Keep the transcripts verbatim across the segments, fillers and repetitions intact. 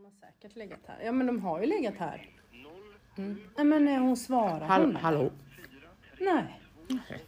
har säkert legat här. Ja, men de har ju legat här. Mm. Nej, men när hon svarar. Hall- hon hallå? Nej. Okay.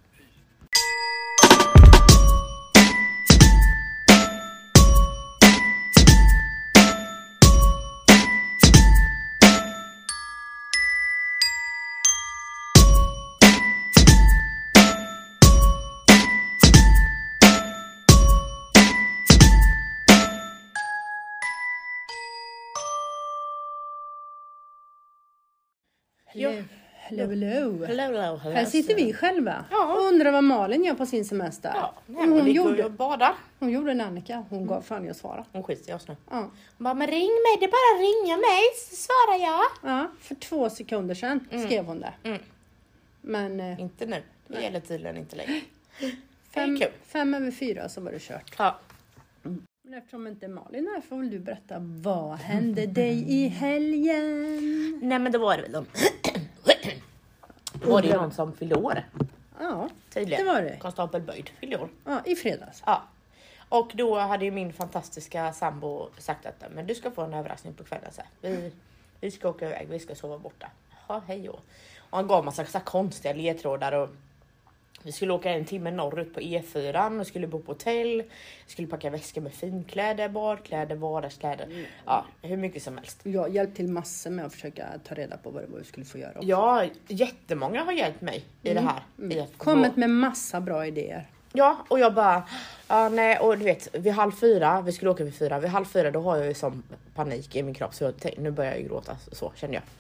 Hello, hello, hello. Hello, hello, hello. Här sitter vi själva Ja. och undrar vad Malin gör på sin semester. Ja, Och hon hon, ligger gjorde, och badar. hon gjorde en Annika. Hon gav fan i att svara. Hon skiter i oss nu. Ja. Hon bara, men ring mig, det är bara att ringa mig så svarar jag. Ja, för två sekunder sedan skrev hon det. Mm. Men eh, Inte nu, det gäller tydligen inte längre. fem, kul. fem över fyra så var det kört. Ja. Men eftersom inte Malin är här får väl du berätta, vad hände dig i helgen? Nej men det var det väl de. Var det ju någon som fyllde år? Ja, Tydligen. det var det. Konstapel Böjd fyllde år. Ja, i fredags. Ja. Och då hade ju min fantastiska sambo sagt att men du ska få en överraskning på kvällen. Så här. Vi, vi ska åka iväg, vi ska sova borta. Ja, hej då. Och han gav massa så här konstiga ledtrådar och vi skulle åka en timme norrut på E fyra och skulle bo på hotell. Vi skulle packa väskor med finkläder, badkläder, vardagskläder. Ja, hur mycket som helst. Jag hjälpte till massor med att försöka ta reda på vad det var vi skulle få göra. Också. Ja, jättemånga har hjälpt mig i det här. Mm. I att Kommit gå- med massa bra idéer. Ja, och jag bara, ja nej, och du vet, vid halv fyra, vi skulle åka vid fyra, vid halv fyra då har jag ju som panik i min kropp så jag tänkte, nu börjar jag ju gråta, så kände jag.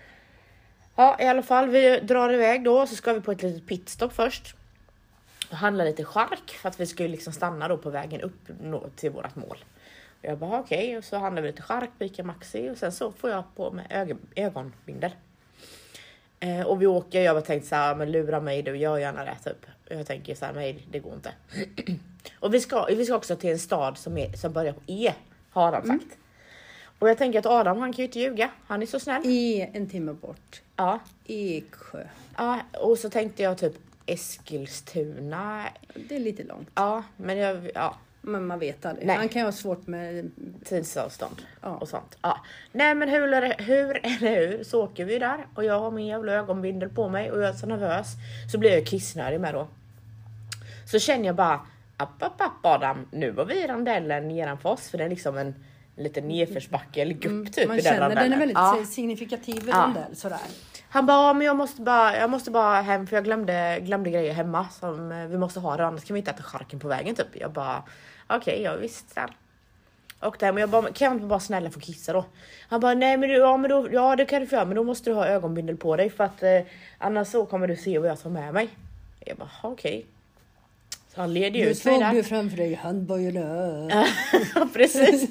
Ja, i alla fall, vi drar iväg då, så ska vi på ett litet pitstop först. Och handla lite chark för att vi skulle liksom stanna då på vägen upp nå- till vårat mål. Och jag bara okej, okay. Och så handlar vi lite chark på Ica Maxi och sen så får jag på mig ögon, ögonbindel. Eh, och vi åker, jag har tänkt så här, men lura mig, du gör gärna det typ. Jag tänker så här, nej det går inte. Och vi ska, vi ska också till en stad som, är, som börjar på E, har han sagt. Mm. Och jag tänker att Adam, han kan ju inte ljuga, han är så snäll. E en timme bort. Ja. Eksjö. Ja, och så tänkte jag typ Eskilstuna. Det är lite långt. Ja, men jag, ja. Men man vet aldrig. Nej. Han kan ju ha svårt med Tidsavstånd ja. och sånt. Ja. Nej men hur eller hur, eller hur så åker vi där. Och jag har min jävla ögonbindel på mig. Och jag är så nervös. Så blir jag kissnödig med då. Så känner jag bara. App, app, app Adam. Nu var vi i rondellen Geranfors. För det är liksom en liten nedförsbacke eller gupp mm, typ. man i den känner den är väldigt ja. signifikativ i Ja. rondell sådär. Han bara, men jag måste bara, jag måste bara hem för jag glömde, glömde grejer hemma som vi måste ha det, annars kan vi inte äta charken på vägen typ. Jag bara, okej, okay, jag visste det. Och där, men jag bara, kan jag inte bara snälla få kissa då? Han bara, nej men, du, ja, men då, ja det kan du få göra, men då måste du ha ögonbindel på dig för att eh, annars så kommer du se vad jag tar med mig. Jag bara, okej. Okay. Så han leder ju ut mig där. Du framför dig handbojorna. Ja, precis.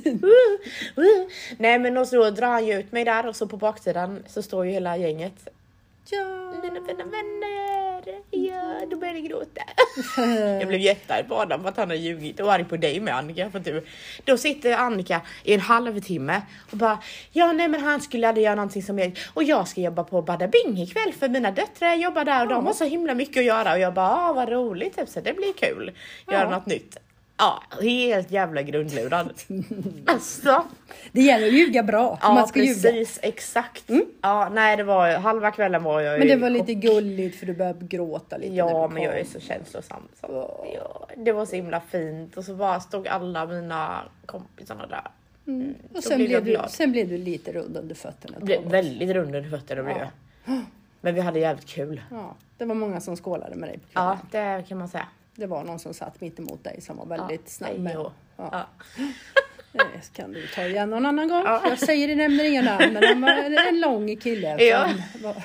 Nej men och så drar han ju ut mig där och så på baksidan så står ju hela gänget. Ja. Mina fina vänner. Ja, då började jag gråta. Jag blev jättearg på Adam för att han har ljugit. Och arg på dig med Annika. För att du, då sitter Annika i en halvtimme och bara, ja nej men han skulle aldrig göra någonting som jag. Och jag ska jobba på Badabing ikväll för mina döttrar jobbar där och ja. De har så himla mycket att göra. Och jag bara, ah, vad roligt typ, så det blir kul. Göra ja. Något nytt. Ja, helt jävla grundlurad. Alltså. Det gäller att ljuga bra. Ja, man ska precis, ljuga. Exakt. Mm. Ja, nej, det var halva kvällen var jag. Men det var lite gulligt för du började gråta lite. Ja, men jag är så känslosam. Så. Oh. Ja, det var så himla fint och så bara stod alla mina kompisarna där. Mm. Och sen blev, blev du, sen blev du lite rund under fötterna. Blev väldigt rund under fötterna blev jag. Ja. Men vi hade jävligt kul. Ja, det var många som skålade med dig på kvällen. Ja, det kan man säga. Det var någon som satt mitt emot dig som var väldigt ja, snabb med. Ja. Ja. Det kan du ta igen någon annan gång. Ja. Jag säger det, nämner inga namn, men han var en lång kille. Ja. Var...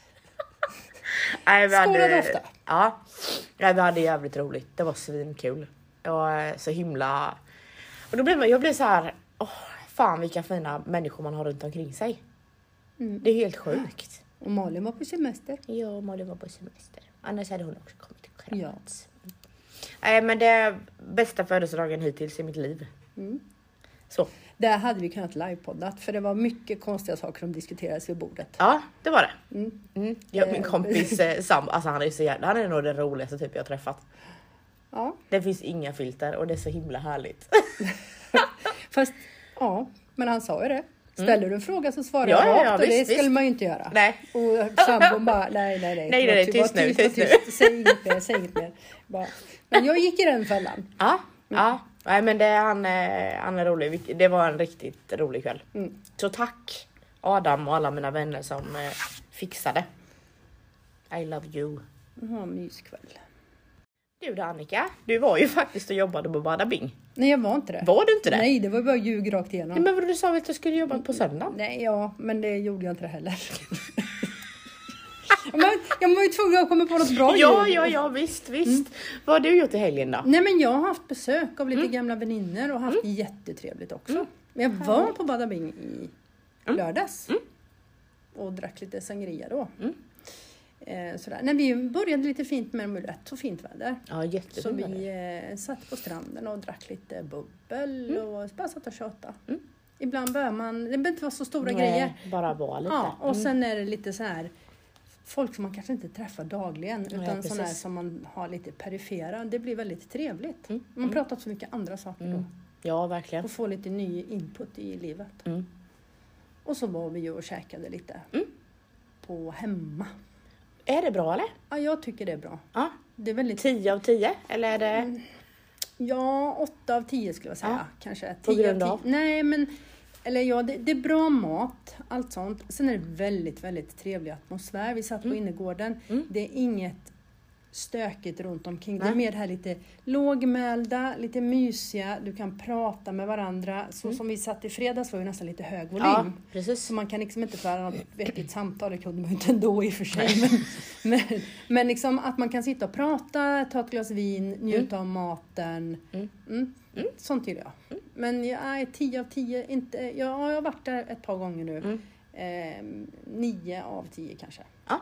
Nej, vi hade... Skålade ofta. Ja, Nej, vi hade jävligt roligt. Det var svinkul. Jag var så himla... Och då blev man, jag blev så här, åh, fan vilka fina människor man har runt omkring sig. Mm. Det är helt sjukt. Och Malin var på semester. Ja, Malin var på semester. Annars hade hon också kommit till Krans. Ja. Nej, men det är bästa födelsedagen hittills i mitt liv. Mm. Så. Där hade vi kunnat livepoddat. För det var mycket konstiga saker som diskuterades vid bordet. Ja, det var det. Mm. Mm. Jag, min kompis Sam, alltså han är så jävla, han är nog den roligaste typ jag har träffat. Ja. Det finns inga filter och det är så himla härligt. Fast, ja. Men han sa ju det. Ställer mm. du en fråga så svarar ja, jag ja, ja, rakt och visst, det skulle visst. man ju inte göra. Nej. Och sambon bara, nej, nej, nej. Nej, nej, tyst nu, tyst nu. Säg inget mer, säg inget mer. Bara. Men jag gick i den fällan. Ja, mm. ja. Nej, men det, han, han är rolig. Det var en riktigt rolig kväll. Mm. Så tack Adam och alla mina vänner som eh, fixade. I love you. Ja, myskväll. Du då Annika, du var ju faktiskt och jobbade på Bada Bing. Nej, jag var inte det. Var du inte det? Nej, det var bara ljug rakt igenom. Nej, men vad du sa att du skulle jobba på söndag? Nej, ja, men det gjorde jag inte det heller. Men jag var ju tvungen att komma på något bra. Ja, ja, ja, visst, visst. Mm. Vad har du gjort i helgen då? Nej, men jag har haft besök av lite mm. gamla vänner och haft mm. jättetrevligt också. Mm. Men jag var på Bada Bing i mm. lördags. Mm. Och drack lite sangria då. Mm. Eh, sådär. Nej, vi började lite fint med det, rätt så fint väder. Ja, jättefint. Så vi eh, satt på stranden och drack lite bubbel mm. och bara satt och tjöta. Mm. Ibland bör man, det behöver inte vara så stora Nej, grejer. bara vara lite. Ja, och mm. sen är det lite så här folk som man kanske inte träffar dagligen. Ja, utan sådana som man har lite perifera. Det blir väldigt trevligt. Mm. Man pratar om så mycket andra saker mm. då. Ja, verkligen. Och får lite ny input i livet. Mm. Och så var vi ju och käkade lite. Mm. På hemma. Är det bra eller? Ja, jag tycker det är bra. Ja. Det är väldigt... tio av tio? Eller är det... Mm. Ja, åtta av tio skulle jag säga. Ja. Kanske. På grund av? Nej, men... Eller ja, det, det är bra mat. Allt sånt. Sen är det väldigt, väldigt trevlig atmosfär. Vi satt på mm. innergården. Mm. Det är inget stökigt runt omkring. Nej. Det är mer det här lite lågmälda, lite mysiga. Du kan prata med varandra. Så mm. som vi satt i fredags var ju nästan lite hög volym. Ja, precis. Så man kan liksom inte föra något vettigt samtal. Det kunde man ju inte ändå i och för sig. Men, men, men liksom att man kan sitta och prata, ta ett glas vin, njuta mm. av maten. Mm. Mm. Mm. Sånt gillar jag. Mm. Men jag är tio av tio. Inte, jag har varit där ett par gånger nu. Mm. Eh, nio av tio kanske. Ja.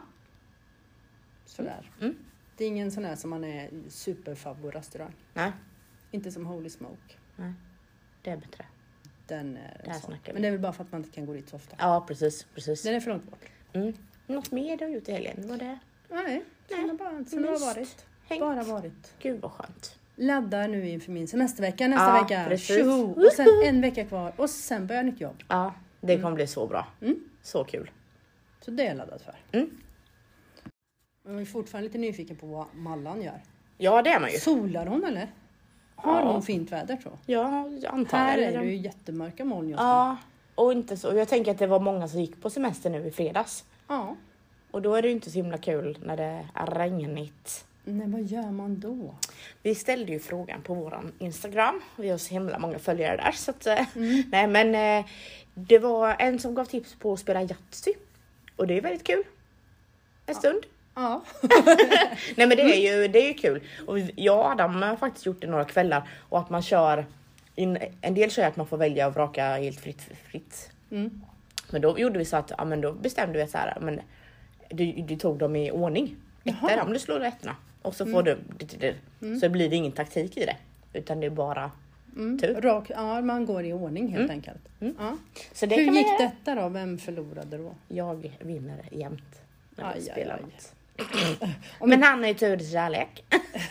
Sådär. Mm. Det är ingen sån här som man är superfavorit-restaurang. Nej. Inte som Holy Smoke. Nej. Det är bättre. Den är Där så. snackar vi. Men det är väl bara för att man inte kan gå dit så ofta. Ja, precis. precis. Den är för långt bort. Mm. Något mer du har gjort i helgen? Var det? Nej, sen har bara, sen har varit. Hängt. Bara varit. Gud vad skönt. Laddar nu inför min semestervecka nästa Ja, vecka. precis. Tjoho! Och sen en vecka kvar. Och sen börjar nytt jobb. Ja, det kommer mm. bli så bra. Mm. Så kul. Så det är jag laddad för. Mm. Men jag är fortfarande lite nyfiken på vad Mallan gör. Ja, det är man ju. Solar hon eller? Har Ja. hon fint väder tror Ja, jag antar Här det. är det ju jättemörka moln just nu. Ja, och inte så. Jag tänker att det var många som gick på semester nu i fredags. Ja. Och då är det ju inte så himla kul när det är regnigt. Nej, vad gör man då? Vi ställde ju frågan på våran Instagram. Vi har så himla många följare där. Så att, Mm. nej, men eh, det var en som gav tips på att spela Yatzy. Och det är väldigt kul. En stund. Ja. Nej, men det är ju, det är ju kul. Och jag och Adam har faktiskt gjort det några kvällar. Och att man kör, in, en del kör att man får välja och vraka helt fritt. fritt. Mm. Men då gjorde vi så att, ja, men då bestämde vi så här, men du, du tog dem i ordning. Ettor, om du slår ettorna. Och så får Mm. du, Mm. så blir det ingen taktik i det. Utan det är bara Mm. tur. Rak, ja, man går i ordning helt Mm. enkelt. Mm. Ja. Så det Hur kan gick man göra. detta då? Vem förlorade då? Jag vinner jämt. När Aj, jag aj, spelar aj. något. Om Men han är ju tur till kärlek.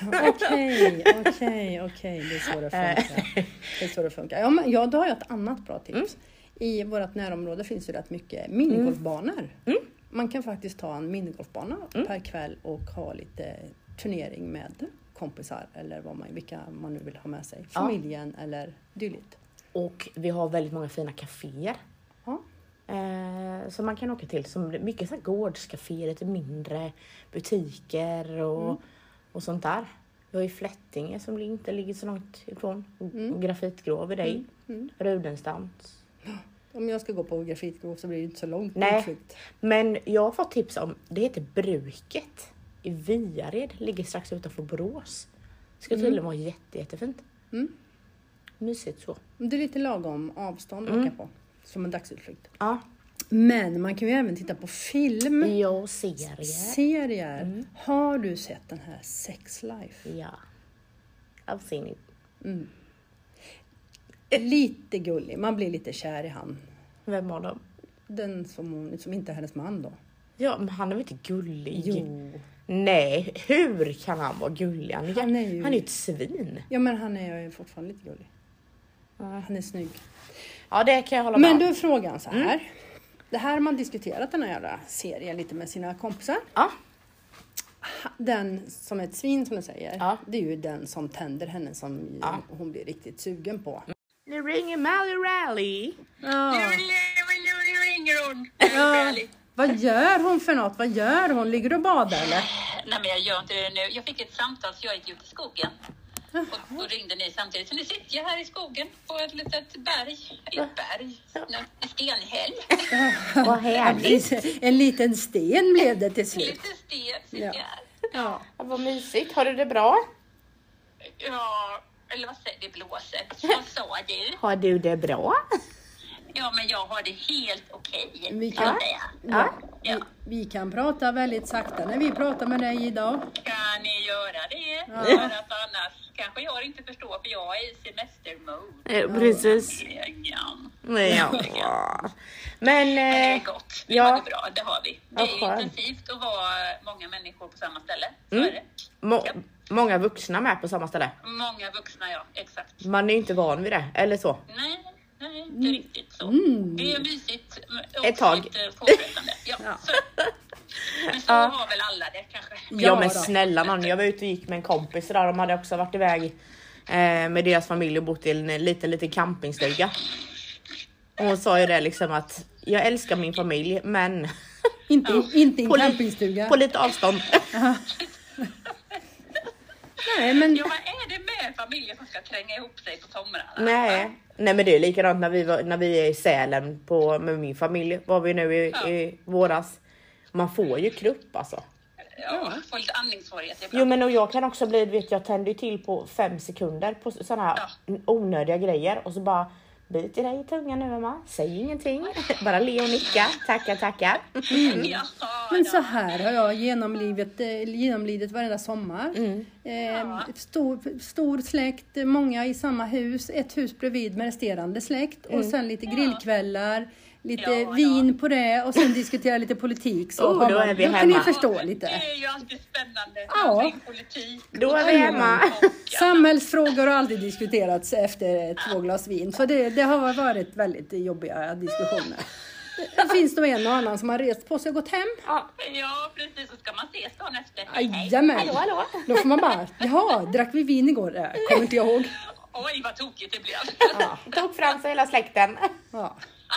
Okej, okej, okej. Det är så det funkar. Det är så det funkar. Ja, men, ja, då har jag ett annat bra tips. Mm. I vårt närområde finns ju rätt mycket minigolfbanor. Mm. Man kan faktiskt ta en minigolfbana Mm. per kväll och ha lite turnering med kompisar eller vad man, vilka man nu vill ha med sig. Familjen ja. Eller dylikt. Och vi har väldigt många fina kaféer. Ja. Eh, som man kan åka till. Som mycket så här gårdscaféer, lite mindre butiker och, Mm. och sånt där. Vi har ju Flättinge som inte ligger så långt ifrån. Mm. Och Grafitgrå vid dig. Mm. Mm. Rudenstams. Om jag ska gå på grafitgrov så blir det inte så långt. Nej. Utflykt. Men jag har fått tips om, det heter Bruket i Viared, ligger strax utanför Borås. Ska Mm. tydligen vara jätte, jättefint. Mm. Mysigt så. Det är lite lagom avstånd att Mm. åka på. Som en dagsutflykt. Ja. Men man kan ju även titta på film. Ja, serier. Serier. Mm. Har du sett den här Sex Life? Ja. I've seen it. Mm. Lite gullig. Man blir lite kär i han. Vem var de? Den som, hon, som inte är hennes man då. Ja, men han är väl inte gullig? Jo. Nej, hur kan han vara gullig? Han är, Han är ju- han är ett svin. Ja, men han är ju fortfarande lite gullig. Ja. Han är snygg. Ja, det kan jag hålla med Men om. då är frågan så här. Mm. Det här har man diskuterat den här jävla serien lite med sina kompisar. Ja. Den som är ett svin som du säger. Ja. Det är ju den som tänder henne som Ja. hon blir riktigt sugen på. Nu ringer Mally Rally. Ja. Nu ringer hon. Ja. Vad gör hon för något? Vad gör hon? Ligger du och badar eller? Nej, men jag gör inte det nu. Jag fick ett samtal så jag gick ut i skogen. Och då ringde ni samtidigt. Så nu sitter jag här i skogen på ett litet berg. Ett berg. En stenhäll. Vad härligt. En liten sten blev det till En slut. liten sten sitter Ja. jag här. Ja. Ja, vad mysigt. Har du det bra? Ja, eller vad säger det blåser? Vad sa du? Har du det bra? Ja, men jag har det helt okej. Vi kan kan- jag säga. Ja. Ja. Vi, vi kan prata väldigt sakta när vi pratar med dig idag. Kan ni göra det? Ja. För att annars kanske jag inte förstår, för jag är i semestermode. Ja, precis. Ja. Ja. Men Det är eh, gott. Vi ja. har det bra, det har vi. Det Ja, är skönt. intensivt att vara många människor på samma ställe. Så Mm. är det. må- Ja. många vuxna med på samma ställe. Många vuxna, ja. Exakt. Man är ju inte van vid det, eller så. Nej, nej, inte riktigt så. Mm. Det är mysigt. Och Ett tag. lite påfrestande. Ja, Ja. Så. Men så Ja. har väl alla det kanske. Ja, Ja men då. snälla någon, jag var ute och gick med en kompis där. De hade också varit iväg eh, med deras familj och bott i en liten, liten campingstuga. Och hon sa ju det liksom att jag älskar min familj, men Inte, inte i en På li- campingstuga. på lite avstånd. Nej, men Ja, vad är det med familjer som ska tränga ihop sig på somrarna? Nej. Nej, men det är likadant när vi, var, när vi är i Sälen på, med min familj. Var vi nu i, Ja. i våras. Man får ju krupp alltså. Ja, får lite andningssvårigheter Jo, ibland. men och jag kan också bli, vet jag tänder ju till på fem sekunder på sådana här onödiga grejer. Och så bara, bit i dig i tungan nu mamma. Säg ingenting. Bara le och nicka. Tackar, tackar. Ja, Men då. så här har jag genomlivit, eh, genomlidit varenda sommar. Mm. Eh, stor, stor släkt, många i samma hus, ett hus bredvid med resterande släkt och sen lite grillkvällar, lite Ja, ja. vin på det och sen diskutera lite politik. Så Oh, har då man, är vi då kan ni hemma. förstå lite. Det är ju alltid spännande. Ja. Kring politik. Då är vi hemma. Samhällsfrågor har alltid diskuterats efter två glas vin. Så det, det har varit väldigt jobbiga diskussioner. Det finns nog en och annan som har rest på sig och gått hem. Ja. Ja, precis. Så ska man ses dagen efter. Hej, hej. Jajamän. Hallå, hallå. Då får man bara, jaha, drack vi vin igår? Det kommer inte jag ihåg. Oj, vad tokigt det blev. Ja, Tog fram sig hela släkten. ja.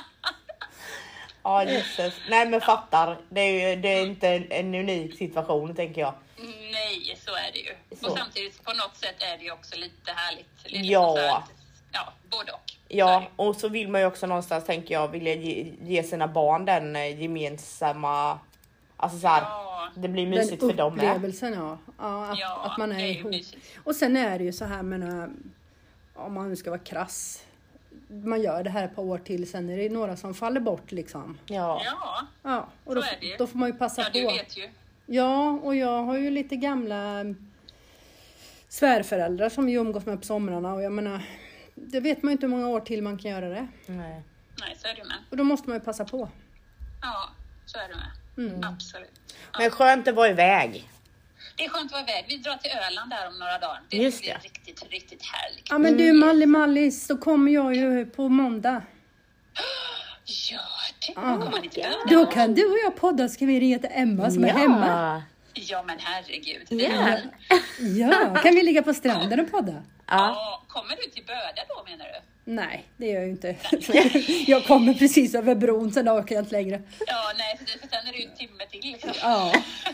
Ja, Jesus. Nej, men fattar. Det är ju det är inte en, en unik situation, tänker jag. Nej, så är det ju. Så. Och samtidigt på något sätt är det ju också lite härligt. Lite Ja. så här, ja, både och. Ja, och så vill man ju också någonstans, tänker jag, vilja ge, ge sina barn den eh, gemensamma... Alltså så här, Ja. det blir mysigt för Den dem med. upplevelsen, ja. ja, att, Ja, att man är det är ju ihop. mysigt. Och sen är det ju så här, men om man nu ska vara krass. Man gör det här ett par år till, sen är det några som faller bort liksom. Ja. Ja, Ja, och Så då, är det ju. då får man ju passa ja, du på. vet ju. Ja, och jag har ju lite gamla svärföräldrar som vi umgås med på somrarna och jag menar, det vet man ju inte hur många år till man kan göra det. Nej. Nej, så är det med. Och då måste man ju passa på. Ja, så är det med. Mm. Absolut. Men skönt att vara iväg. Det är skönt att vara iväg. Vi drar till Öland där om några dagar. Det Just blir det. riktigt, riktigt härligt. Ja men du Malli Mallis, så kommer jag ju på måndag. Ja, det Ja. kommer man inte behöva. Då kan du och jag podda, ska vi ringa till Emma som är hemma. Ja, men herregud. Det Ja. är- Ja, kan vi ligga på stranden och podda? Ja. Ja, kommer du till Böda då menar du? Nej, det gör jag ju inte. Jag kommer precis över bron, sen orkar jag inte längre. Ja, nej, för för sen är det ju en timme till. Liksom. Ja,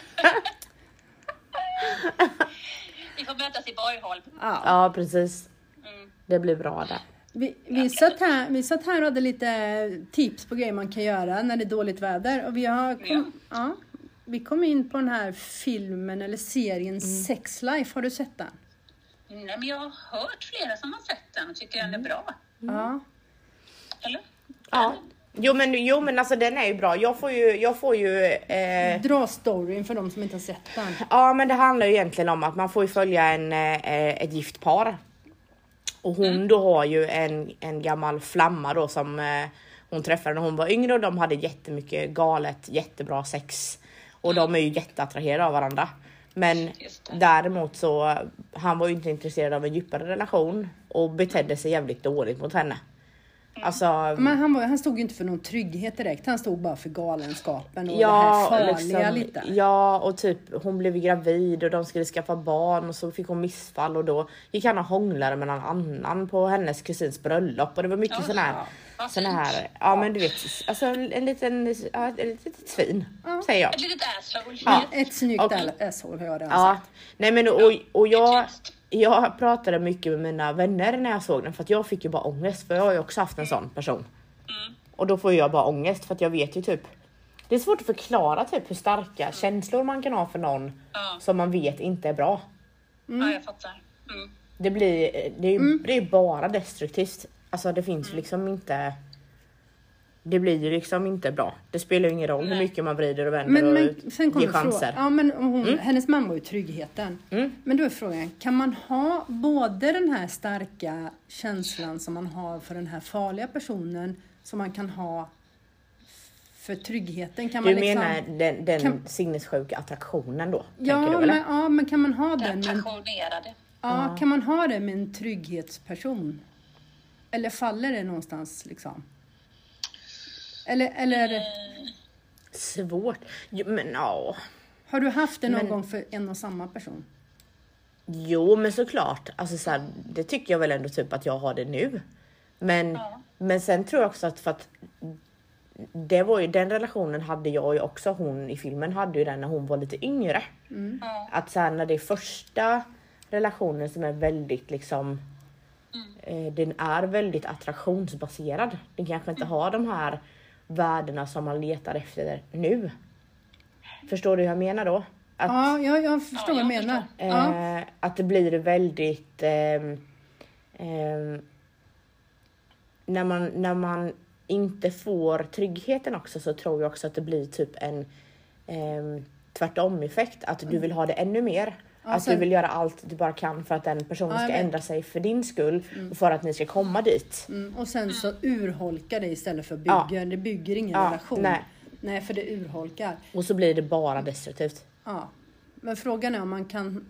Vi får mötas i Borgholm. ja. Ja, precis. Mm. Det blir bra där. Vi, vi, satt här, vi satt här och hade lite tips på grejer man kan göra när det är dåligt väder. Och vi, har kom, ja, vi kom in på den här filmen eller serien Sex Life. Har du sett den? Nej, men jag har hört flera som har sett den och tycker den är bra. Ja. Eller? Ja. Jo men, jo men alltså den är ju bra. Jag får ju, jag får ju eh, Dra storyn för de som inte har sett den. ja men det handlar ju egentligen om att man får ju följa en, eh, ett gift par. Och hon Mm. då har ju en, en gammal flamma då som eh, hon träffade när hon var yngre och de hade jättemycket galet, jättebra sex. Och de är ju jätteattraherade av varandra. Men Just det. däremot så, han var ju inte intresserad av en djupare relation och betedde sig jävligt dåligt mot henne. Alltså, Men han, var, han stod ju inte för någon trygghet direkt. Han stod bara för galenskapen och ja, det här farliga liksom, lite. Ja, och typ hon blev gravid och de skulle skaffa barn och så fick hon missfall och då gick han och hånglade med någon annan på hennes kusins bröllop och det var mycket Ja, sån här, ja. sån här, ja men du vet, alltså en liten, ja, ett litet svin, Ja. säger jag. Ett litet asshole. Ja. Ett snyggt Och- asshole har jag redan Ja, sagt. nej men och, och jag, Just. jag pratade mycket med mina vänner när jag såg den för att jag fick ju bara ångest för jag har ju också haft en sån person. Mm. Och då får jag bara ångest för att jag vet ju typ, det är svårt att förklara typ hur starka känslor man kan ha för någon Ja. som man vet inte är bra. Ja, jag fattar. Mm. Det blir, det är ju Mm. det är bara destruktivt. Alltså det finns ju liksom inte, det blir ju liksom inte bra. Det spelar ju ingen roll hur Nej. mycket man vrider och vänder Men, och men sen ger kommer chanser. frågan. Ja, men om hon, hennes mamma var ju tryggheten. Mm. Men då är frågan, kan man ha både den här starka känslan som man har för den här farliga personen som man kan ha för tryggheten? Kan man Du liksom, menar den, den kan- sinnessjuka attraktionen då? ja, tänker du, men, eller? ja, men kan man ha den Den med en, passionerade. ja, kan man ha det med en trygghetsperson? Eller faller det någonstans liksom? Eller, eller är det, Svårt. Jo, men ja. har du haft det någon Men- gång för en och samma person? Jo, men såklart. Alltså, så här, det tycker jag väl ändå typ att jag har det nu. Men, Ja. men sen tror jag också att för att det var ju, den relationen hade jag ju också. Hon i filmen hade ju den när hon var lite yngre. Ja. Att så här, när det är första relationen som är väldigt liksom, eh, den är väldigt attraktionsbaserad. Den kanske inte har de här värdena som man letar efter nu. Förstår du hur jag menar då? Att, Ja, jag, jag förstår Ja, vad du jag menar. Ja. eh, att det blir väldigt ehm, ehm, när man när man inte får tryggheten också, så tror jag också att det blir typ en ehm, tvärtom effekt, att du vill ha det ännu mer. Ja, att sen- du vill göra allt du bara kan för att den personen Ja, jag ska vet. ändra sig för din skull och för att ni ska komma dit. Mm, och sen så urholkar det istället för Ja. bygger. Det bygger ingen Ja, relation. nej. Nej, för det urholkar. Och så blir det bara destruktivt. Ja. Men frågan är om man kan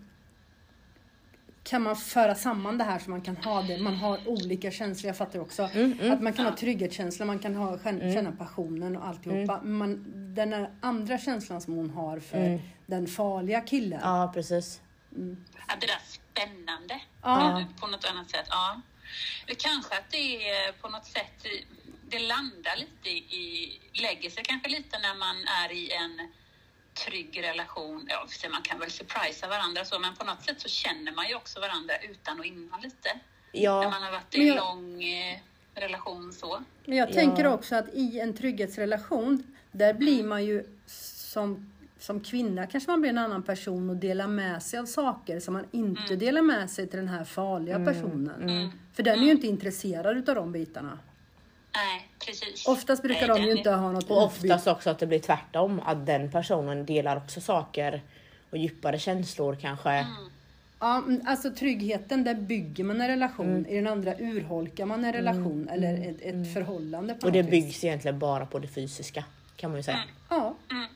kan man föra samman det här så man kan ha det. Man har olika känslor, jag fattar också. Mm, Att man kan ha trygghetskänsla, man kan ha, känna, känna passionen och alltihopa. Mm. Man, den här andra känslan som hon har för den farliga killen. Ja, precis. Ja, det där spännande. Ja. På något annat sätt. Ja. Det kanske att det är på något sätt, det landar lite i, lägger sig kanske lite när man är i en trygg relation. Ja, för man kan väl surprisa varandra så, men på något sätt så känner man ju också varandra utan och innan lite. När Ja, man har varit i Men en jag- lång eh, relation så. Men jag Ja. tänker också att i en trygghetsrelation, där blir man ju som, som kvinna, kanske man blir en annan person och delar med sig av saker som man inte delar med sig till den här farliga personen. För den är ju inte intresserad utav de bitarna. Nej, precis. Oftast brukar Nej, de ju den inte är- ha något och utbyte. oftast också att det blir tvärtom. Att den personen delar också saker och djupare känslor kanske. Ja, men alltså tryggheten, där bygger man en relation. I den andra urholkar man en relation eller ett, ett förhållande på Och det något vis. byggs egentligen bara på det fysiska, kan man ju säga. Ja,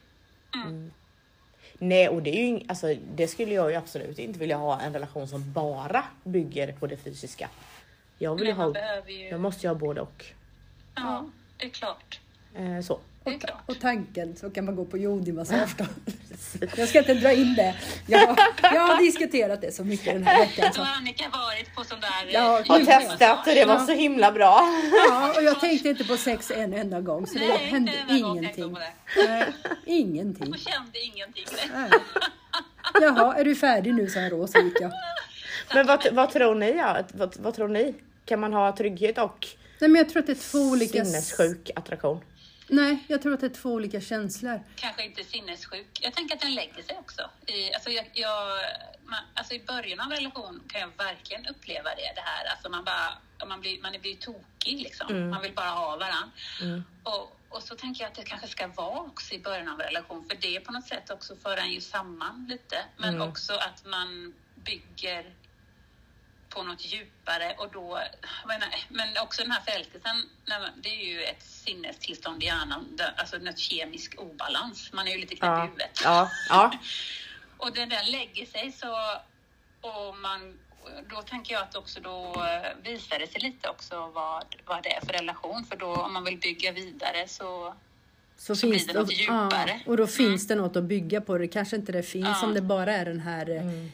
Nej, och det är ju ing- alltså, det skulle jag ju absolut inte vilja ha, en relation som bara bygger på det fysiska. Jag vill ju Nej, man ha, behöver ju... jag måste ju ha både och. Ja, det är klart. Eh, så. Det är klart. och tanken, så kan man gå på yodimassage då. Jag ska inte dra in det. Jag, jag har diskuterat det så mycket den här veckan. Så Så. har Annika varit på sån där... Ja, eh, Har Gud, testat och det var Ja. så himla bra. Ja, och jag tänkte inte på sex en enda gång, så det Nej, hände inte en enda gång tänkte jag ingenting. på det. Nej, ingenting. Och kände ingenting. Nej. Jaha, är du färdig nu, sa jag, så gick jag. Men vad, vad tror ni? Ja? Vad, vad tror ni? Kan man ha trygghet och Nej, men jag tror att det är två olika... sinnessjuk attraktion? Nej, jag tror att det är två olika känslor. Kanske inte sinnessjuk. Jag tänker att den lägger sig också. I, alltså, jag, jag, man, alltså i början av en relation kan jag verkligen uppleva det, det här. Alltså man, bara, man, blir, man blir tokig liksom. Man vill bara ha varandra. Mm. Och, och så tänker jag att det kanske ska vara också i början av en relation. För det är på något sätt också för en ju samman lite. Men Mm. också att man bygger på något djupare och då, men, men också den här förälskelsen, det är ju ett sinnestillstånd i hjärnan, alltså något kemisk obalans. Man är ju lite knäpp i Ja, huvudet. ja, ja. Och den där lägger sig så, och man då tänker jag att också då visar det sig lite också vad, vad det är för relation. För då om man vill bygga vidare så, så, så finns blir det något djupare. Ja, och då finns mm. det något att bygga på. Det kanske inte det finns ja. om det bara är den här mm.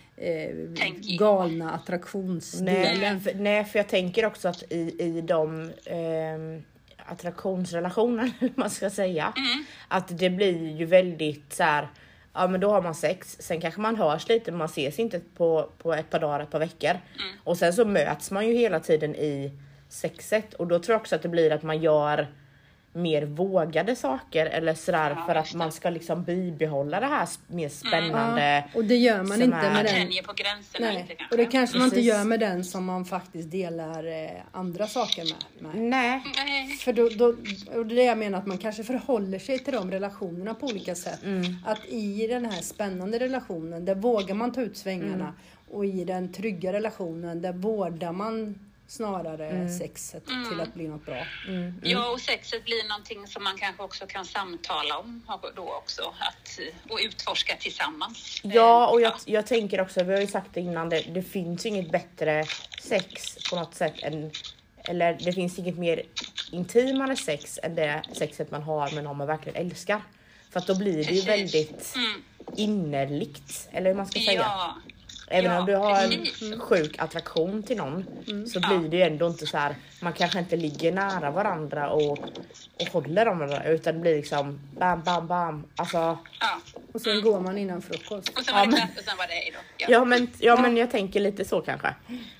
eh, galna attraktionsdelen. Nej för, nej, för jag tänker också att i, i de eh, attraktionsrelationer, man ska säga, mm. att det blir ju väldigt så här. Ja, men då har man sex. Sen kanske man hörs lite, men man ses inte på, på ett par dagar, ett par veckor. Mm. Och sen så möts man ju hela tiden i sexet. Och då tror jag också att det blir att man gör mer vågade saker. Eller sådär, ja, för att man ska liksom bibehålla det här mer spännande. Mm. Ja, och det gör man inte är... med den. Tänjer på gränserna Nej. lite kanske. Och det kanske man inte Precis. gör med den som man faktiskt delar eh, andra saker med. med. Nej. Nej. För då, då, och det är det jag menar, att man kanske förhåller sig till de relationerna på olika sätt. Mm. Att i den här spännande relationen, där vågar man ta ut svängarna. Mm. Och i den trygga relationen, där vårdar man snarare Mm. sexet Mm. till att bli något bra. Mm. Mm. Ja, och sexet blir någonting som man kanske också kan samtala om då också. Att, och utforska tillsammans. Ja, och jag, jag tänker också, vi har ju sagt det innan, det, det finns inget bättre sex på något sätt än, eller det finns inget mer intimare sex än det sexet man har med någon man verkligen älskar. För att då blir det ju Precis. väldigt Mm. innerligt, eller hur man ska säga. Ja. Även ja, om du har precis. en sjuk attraktion till någon Mm. så Ja. blir det ju ändå inte så här, man kanske inte ligger nära varandra och, och håller om varandra, utan det blir liksom bam, bam, bam. Alltså, Ja. Och sen går man innan frukost. Och sen var Ja, det men- klart och sen var det hej då. Ja. ja, men, ja, men jag tänker lite så kanske.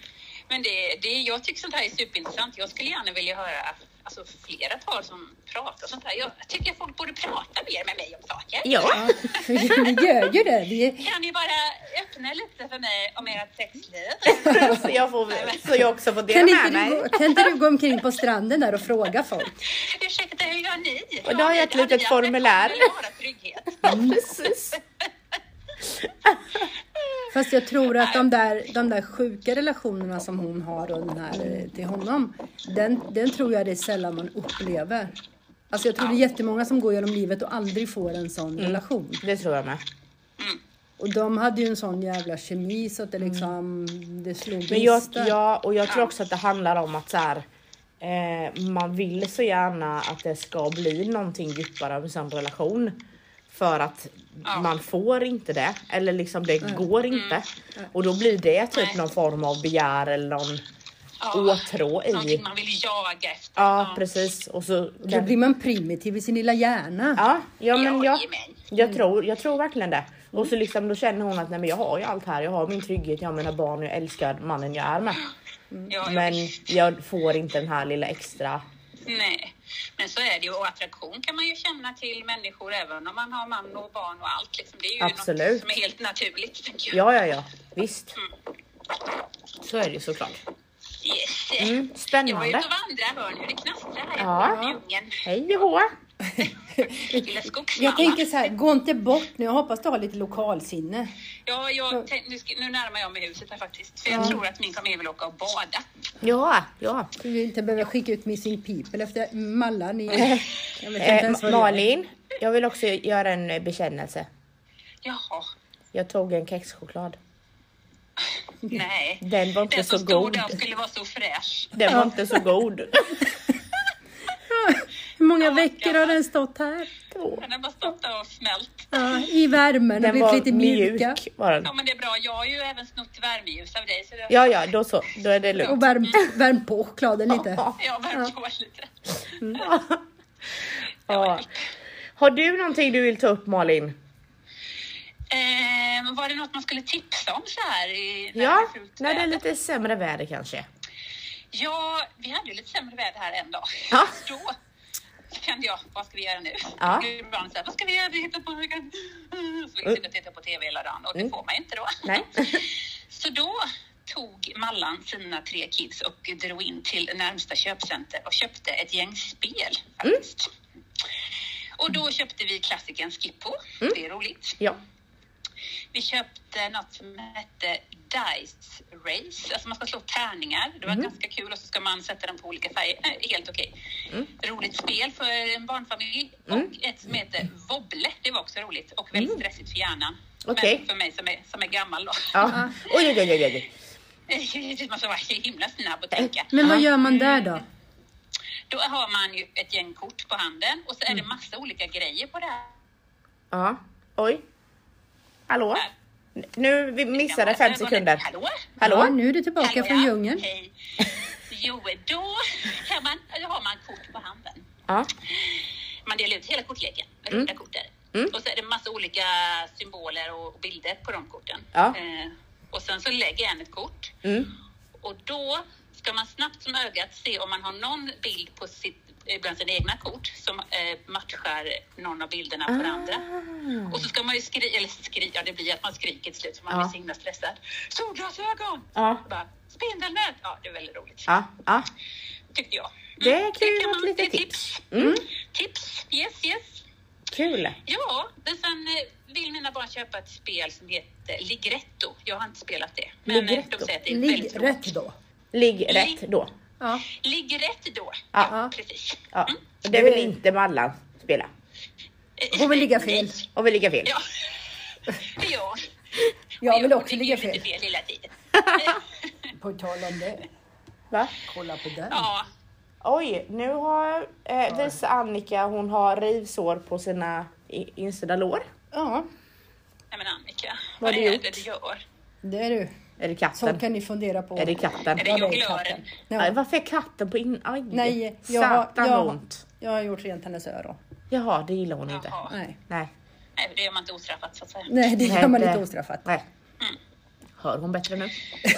Men det, det, jag tycker sånt här är superintressant. Jag skulle gärna vilja höra alltså, flera par som pratar sånt här. Jag tycker att folk borde prata mer med mig om saker. Ja. Ja, vi gör ju det. Vi, Kan ni bara öppna lite för mig om ert sexliv? så, jag får, så jag också får dela kan, med inte mig. du, gå- kan inte du gå omkring på stranden där och fråga folk? Ursäkta, hur gör ni? Och då har jag ett Hade litet ni formulär. affektion eller bara trygghet? Precis. Fast jag tror att de där, de där sjuka relationerna som hon har och den här eh, till honom, den, den tror jag det är sällan man upplever. Alltså jag tror det är jättemånga som går genom livet och aldrig får en sån relation. Det tror jag med. Och de hade ju en sån jävla kemi så att det liksom, det slog Men jag, gnistor. ja, och jag tror också att det handlar om att så här, eh, man vill så gärna att det ska bli någonting djupare av en sån relation. För att Ja. man får inte det. Eller liksom det går inte. Och då blir det typ Nej. någon form av begär eller någon Ja, åtrå i. någonting man vill jaga efter. Ja, precis. Och så Och då blir man primitiv i sin lilla hjärna. Ja, ja men jag, Jajamän. jag, tror, jag tror verkligen det. Och så liksom då känner hon att nej, men jag har ju allt här. Jag har min trygghet, jag har mina barn och jag älskar mannen jag är med. Ja, ja, Men visst. jag får inte den här lilla extra. Nej, men så är det ju. Och attraktion kan man ju känna till människor även om man har man och barn och allt. Liksom. Det är ju Absolut. något som är helt naturligt, tänker jag. Ja, ja, ja. Visst. Så är det ju såklart. Yes. Mm, Jag var spännande. ute och vandrade, hör ni? Det knastrar här Ja. i djungeln. Hej och hå. Lilla skogsmamma. Jag tänker så här, gå inte bort nu. Jag hoppas du har lite lokalsinne. Ja, jag tänk, nu, ska, nu närmar jag mig huset här faktiskt. För jag tror att min familj vill åka och bada. Ja, ja. Så vi inte behöver skicka ut Missing People efter Mallan i... Jag vet inte Eh, ens vad det är. Malin, jag vill också göra en eh, bekännelse. Jaha, Jag tog en kexchoklad. nej. Den var inte Den så som stod god. där skulle vara så fräsch. Den var inte så god. Hur många veckor har den stått här? Den har bara stått där och smält. Ja, i värmen och Den blivit var lite mjuka. mjuk var den. Ja, men det är bra. Jag har ju även snott värmeljus av dig. Så det... Ja, ja, då så. Då är det Och lugnt. värm, värm på chokladen lite. Jag har värmt på lite. Ja. Har du någonting du vill ta upp, Malin? Eh, var det något man skulle tipsa om så här? I, när Ja, det är fult när det är väder? lite sämre väder kanske. Ja, vi hade ju lite sämre väder här en dag. Ja. Då kände jag, vad ska vi göra nu? Ja. Nu är det ibland så här, vad ska vi göra? Vi hittar på, vi kan... Så vi kan sitta och titta på tv hela dagen och det Mm. får man ju inte då. Nej. Så då tog Mallan sina tre kids och drog in till närmsta köpcenter och köpte ett gäng spel faktiskt. Och då köpte vi klassikern Skippo, Mm. det är roligt. Ja. Vi köpte något som hette Dice Race, alltså man ska slå tärningar. Det var Mm. ganska kul och så ska man sätta dem på olika färger. Äh, helt okej. Mm. Roligt spel för en barnfamilj. Mm. Och ett som heter Wobble, det var också roligt och väldigt stressigt för hjärnan. Okej. Men för mig som är, som är gammal då. Ja. Oj, oj, oj, oj, oj. Man ska vara så himla snabb och tänka. Men vad gör man där då? Då har man ju ett gäng kort på handen och så är det massa olika grejer på det här. Ja, oj. Hallå? Nu vi missade fem sekunder. Hallå? Hallå? Ja, nu är du tillbaka Hallå, från ja. djungeln. Hej. Jo, då, kan man, då har man kort på handen. Ja. Man delar ut hela kortleken med Mm. runda kort där. Mm. Och så är det massa olika symboler och bilder på de korten. Ja. Eh, och sen så lägger en ett kort. Mm. Och då ska man snabbt som ögat se om man har någon bild på sitt, bland sina egna kort som eh, matchar någon av bilderna på Ah. det andra. Och så ska man ju skrika, eller skrika, ja, det blir att man skriker till slut för man Ja. blir så himla stressad. Solglasögon! Ja. Bara, spindelnät! Ja, det är väldigt roligt. Ja. Ja. Tyckte jag. Det kan ju kan vara man- lite det är tips. Mm. Tips, yes, yes. Kul. Ja, men sen eh, vill mina barn köpa ett spel som heter Ligretto. Jag har inte spelat det. Men eh, Ligretto. de säger att det är Ligg väldigt roligt. rätt då. Ligg rätt då. Ja. Ligg rätt då. Ja. Ja, precis. Ja. Mm. Det vill inte Mallan spela. Eh, Hon vill ligga fel. nej. Och vi ligga fel. Ja. ja. Jag vill Och också ligger ligga ju lite fel. fel hela tiden. På tal om det. Va? Kolla på den. Ja. Oj, nu har eh, visa Annika, hon har rivsår på sina i- insida lår. Ja, Nej men Annika, Vad vad har du är gjort? det du gör? det är du. Är det Så katten? kan ni fundera på. Är det katten? Är det Ja, det är jonglören? katten. Aj, Ja. varför är katten på in... Aj, Nej, jag har, satan jag, ont. jag har gjort rent hennes öron. Jaha, det gillar hon inte. Jaha. Nej, Nej. Nej, det gör man inte ostraffat så att säga. Nej det Nej, gör man det- inte ostraffat. Nej. Hör hon bättre nu?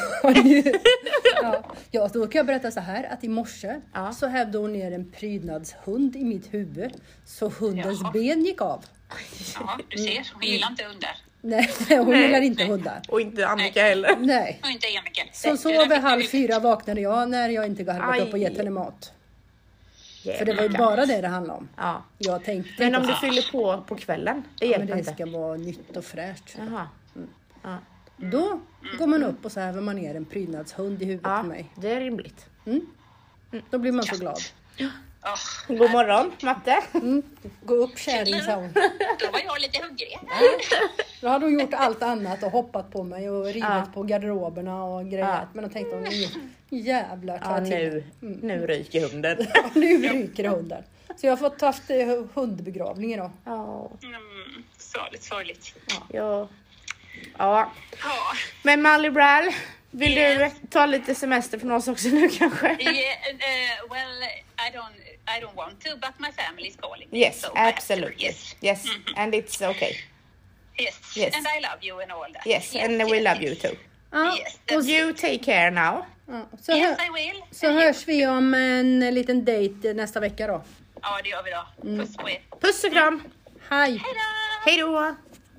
ja, ja, då kan jag berätta så här att i morse Ja. så hävde hon ner en prydnadshund i mitt huvud. Så hundens Jaha. ben gick av. Ja, du ser, hon gillar inte hundar. Nej, hon Nej. gillar inte hundar. Och inte Annika heller. Nej. Och inte Emika. Så sov vid halv fyra vaknade jag när jag inte hade gått Aj. upp och gett henne mat. För det var ju Jävlar. bara det det handlade om. Ja. Jag tänkte Men om inte- du fyller på på kvällen, det Ja, hjälper men det inte. ska vara nytt och fräscht. Jaha. Ja. Då går man upp och så häver man ner en prydnadshund i huvudet Ja, på mig. det är rimligt. Då blir man så glad. Åh, God morgon, Matte. Gå upp kärring, sa hon. då var jag lite hungrig. Då hade hon gjort allt annat och hoppat på mig och rivit Ja. på garderoberna och grejat. Ja. Men då tänkte hon, "Nu jävlar tar Ja, jag till nu, nu ryker hunden. Ja, nu ryker hunden. Så jag har fått haft eh, hundbegravning idag. Ja. Mm, sorgligt, sorgligt. Ja. Ja. Ja, Men Molly Brall, vill Yes. du ta lite semester från oss också nu kanske? yeah, uh, well, I don't, I don't want to, but my family is calling me. Yes, so I have to. absolutely. Yes, Yes, Mhm. and it's okay. yes, Yes. and I love you and all that. Yes, and yes, we yes, love yes. you too. Ja, Yes, och that's så, You take care now. ja, så, Yes, hö, I will. så And you? hörs vi om en liten dejt nästa vecka då. Ja, det gör vi då. Puss på er. Puss och kram. Hej! Hej då! Hej då.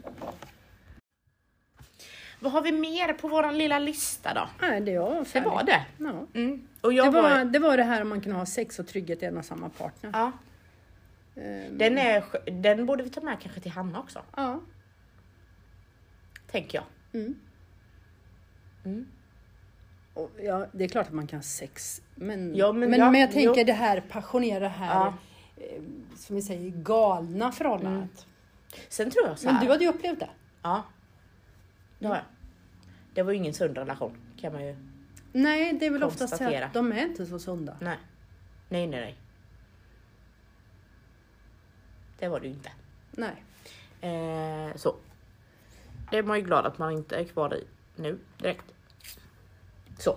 Vad har vi mer på våran lilla lista då? Nej, det var Det färdigt. var det. Ja. Mm. Och jag Det, var... var, det var det här om man kan ha sex och trygghet i en och samma partner. Ja, Ehm, den, är, sk- den borde vi ta med kanske till Hanna också, ja. tänker jag. Mm. Mm. Och, ja, det är klart att man kan ha sex. Men, Ja, men men, ja, men jag tänker jo. det här passionerade här, Ja. eh, som vi säger, galna förhållandet. Sen tror jag så Men här. du hade ju upplevt det. Ja, det har jag. Det var ju ingen sund relation, kan man ju... Nej, det är väl oftast så Konstatera. att de är inte så sunda. Nej, nej, nej, nej. Det var det ju inte. Nej. Eh, så. Det är man ju glad att man inte är kvar i nu direkt. Så.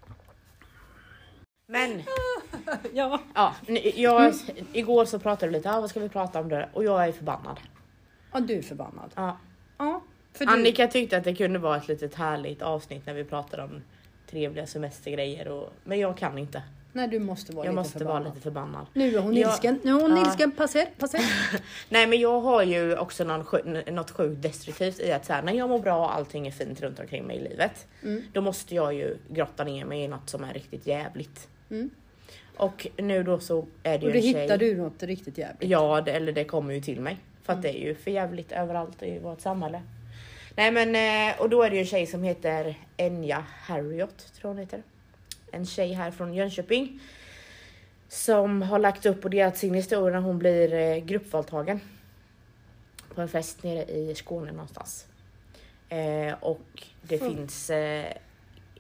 Men, Ja. ja, ni- jag, igår så pratade vi lite, ah, vad ska vi prata om det? Och jag är förbannad. Ja, du är förbannad. Ja. Ja, för du... Annika tyckte att det kunde vara ett litet härligt avsnitt när vi pratade om trevliga semestergrejer. Och, men jag kan inte. Nej, du måste vara Jag lite måste förbannad. vara lite förbannad. Nu är hon Jag- ilsken. Nu är hon Ja. ilsken. Passer, passer. Nej, men jag har ju också någon, sjuk- något sjukt destruktivt i att så här, när jag mår bra och allting är fint runt omkring mig i livet. Mm. Då måste jag ju grotta ner mig i något som är riktigt jävligt. Mm. Och nu då så är det Och ju då en tjej. hittar du något riktigt jävligt. Ja, det, eller det kommer ju till mig. För att Mm. det är ju för jävligt överallt i vårt samhälle. Nej men, eh, och då är det ju en tjej som heter Enya Harriot, tror hon heter. En tjej här från Jönköping. Som har lagt upp och delat sin historia när hon blir eh, gruppvåldtagen. På en fest nere i Skåne någonstans. Eh, och det Mm. finns eh,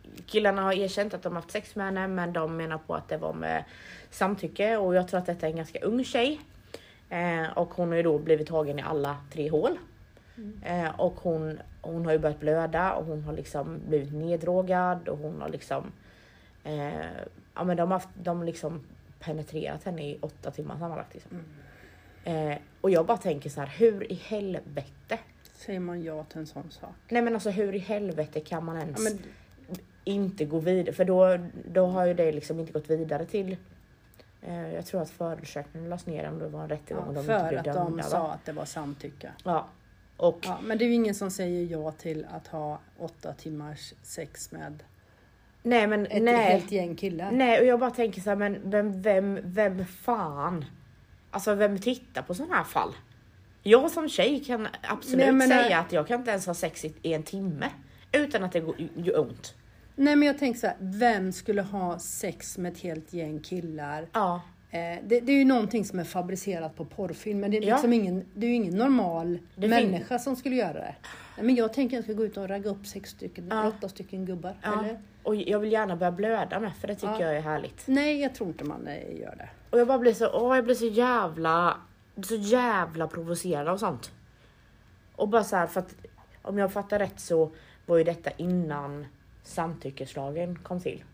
killarna har erkänt att de har haft sex med henne, men de menar på att det var med samtycke. Och jag tror att detta är en ganska ung tjej. Eh, och hon har ju då blivit tagen i alla tre hål. Mm. Eh, och hon, hon har ju börjat blöda och hon har liksom blivit neddrogad och hon har liksom... Eh, ja men de har de liksom penetrerat henne i åtta timmar sammanlagt liksom. Mm. Eh, och jag bara tänker så här, hur i helvete säger man ja till en sån sak? Nej men alltså hur i helvete kan man ens ja, men... inte gå vidare? För då, då har ju det liksom inte gått vidare till... Eh, jag tror att förundersökningen lades ner om det var en rättegång. Ja, och de för inte att blev dömda, de sa att det var samtycke. Ja. Och... ja. Men det är ju ingen som säger ja till att ha åtta timmars sex med nej, men, ett nej. helt gäng killar. Nej, och jag bara tänker så här, men vem, vem, vem fan? Alltså vem tittar på sådana här fall? Jag som tjej kan absolut nej, men, säga att jag kan inte ens ha sex i en timme utan att det går, gör ont. Nej, men jag tänker så här, vem skulle ha sex med ett helt gäng killar? Ja. Eh, det, det är ju någonting som är fabricerat på porrfilm, men det är liksom ja. ingen, det är ju ingen normal det människa fin- som skulle göra det. Nej, men jag tänker att jag ska gå ut och ragga upp sex stycken, ja. åtta stycken gubbar. Ja. Eller? Och jag vill gärna börja blöda med, för det tycker ja. jag är härligt. Nej, jag tror inte man gör det. Och jag bara blir så, åh, jag blir så jävla, så jävla provocerad och sånt. Och bara så här, för att om jag fattar rätt så var ju detta innan samtyckeslagen kom till.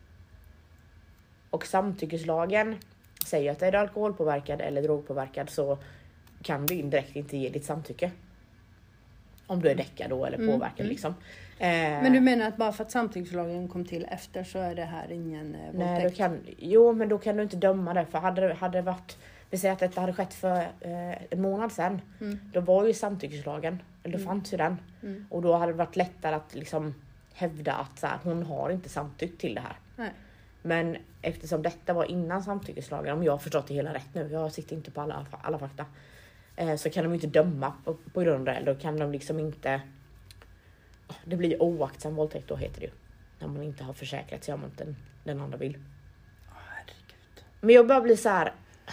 Och samtyckeslagen säger att är du alkoholpåverkad eller drogpåverkad så kan du indirekt inte ge ditt samtycke. Om du är däckad då eller påverkad mm. liksom. Eh, men du menar att bara för att samtyckeslagen kom till efter så är det här ingen eh, våldtäkt? Nej, då kan, jo men då kan du inte döma det. För hade det, hade det varit, vi säger att detta hade skett för eh, en månad sedan. Mm. Då var ju samtyckeslagen, eller då mm. fanns ju den. Mm. Och då hade det varit lättare att liksom hävda att så här, hon har inte samtyckt till det här. Nej. Men eftersom detta var innan samtyckeslagen, om jag har förstått det hela rätt nu, jag sitter inte på alla, alla fakta, eh, så kan de inte döma på, på grund av det. Då kan de liksom inte, det blir oaktsam våldtäkt då heter det ju. När man inte har försäkrat sig om att den, den andra vill. Herregud. Men jag bara blir så här,